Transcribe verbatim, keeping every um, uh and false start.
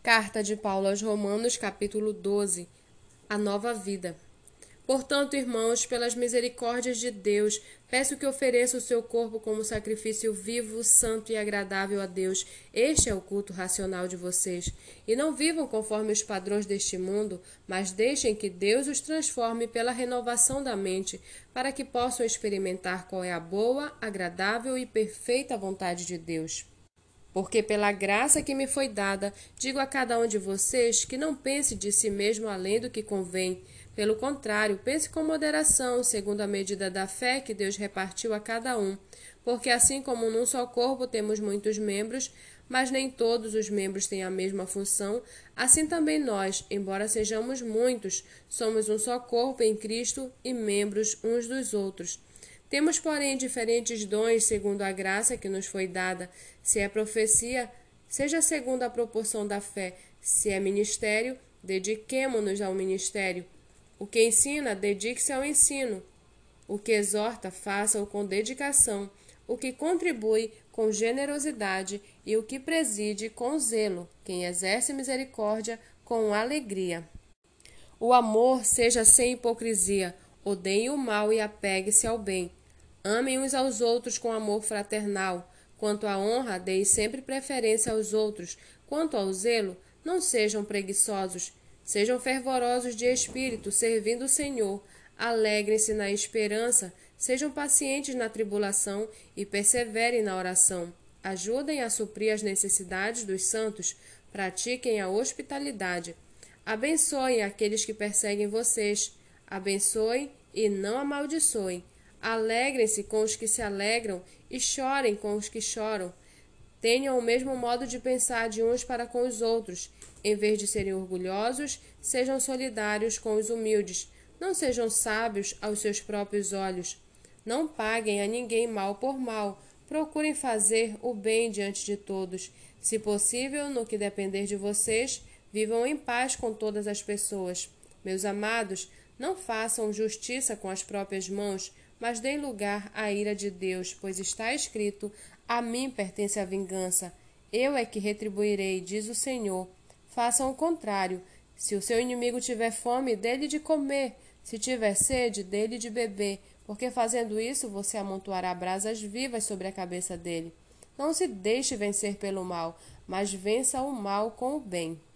Carta de Paulo aos Romanos, capítulo doze. A nova vida. Portanto, irmãos, pelas misericórdias de Deus, peço que ofereça o seu corpo como sacrifício vivo, santo e agradável a Deus. Este é o culto racional de vocês. E não vivam conforme os padrões deste mundo, mas deixem que Deus os transforme pela renovação da mente, para que possam experimentar qual é a boa, agradável e perfeita vontade de Deus. Porque pela graça que me foi dada, digo a cada um de vocês que não pense de si mesmo além do que convém. Pelo contrário, pense com moderação, segundo a medida da fé que Deus repartiu a cada um. Porque assim como num só corpo temos muitos membros, mas nem todos os membros têm a mesma função, assim também nós, embora sejamos muitos, somos um só corpo em Cristo e membros uns dos outros. Temos, porém, diferentes dons segundo a graça que nos foi dada. Se é profecia, seja segundo a proporção da fé. Se é ministério, dediquemo-nos ao ministério. O que ensina, dedique-se ao ensino. O que exorta, faça-o com dedicação. O que contribui, com generosidade. E o que preside, com zelo. Quem exerce misericórdia, com alegria. O amor seja sem hipocrisia. Odeie o mal e apegue-se ao bem. Amem uns aos outros com amor fraternal. Quanto à honra, deem sempre preferência aos outros. Quanto ao zelo, não sejam preguiçosos. Sejam fervorosos de espírito, servindo o Senhor. Alegrem-se na esperança. Sejam pacientes na tribulação e perseverem na oração. Ajudem a suprir as necessidades dos santos. Pratiquem a hospitalidade. Abençoem aqueles que perseguem vocês. Abençoem e não amaldiçoem. Alegrem-se com os que se alegram e chorem com os que choram. Tenham o mesmo modo de pensar de uns para com os outros. Em vez de serem orgulhosos, sejam solidários com os humildes. Não sejam sábios aos seus próprios olhos. Não paguem a ninguém mal por mal. Procurem fazer o bem diante de todos. Se possível, no que depender de vocês, vivam em paz com todas as pessoas. Meus amados, não façam justiça com as próprias mãos, mas deem lugar à ira de Deus, pois está escrito: a mim pertence a vingança. Eu é que retribuirei, diz o Senhor. Façam o contrário. Se o seu inimigo tiver fome, dê-lhe de comer. Se tiver sede, dê-lhe de beber, porque fazendo isso você amontoará brasas vivas sobre a cabeça dele. Não se deixe vencer pelo mal, mas vença o mal com o bem.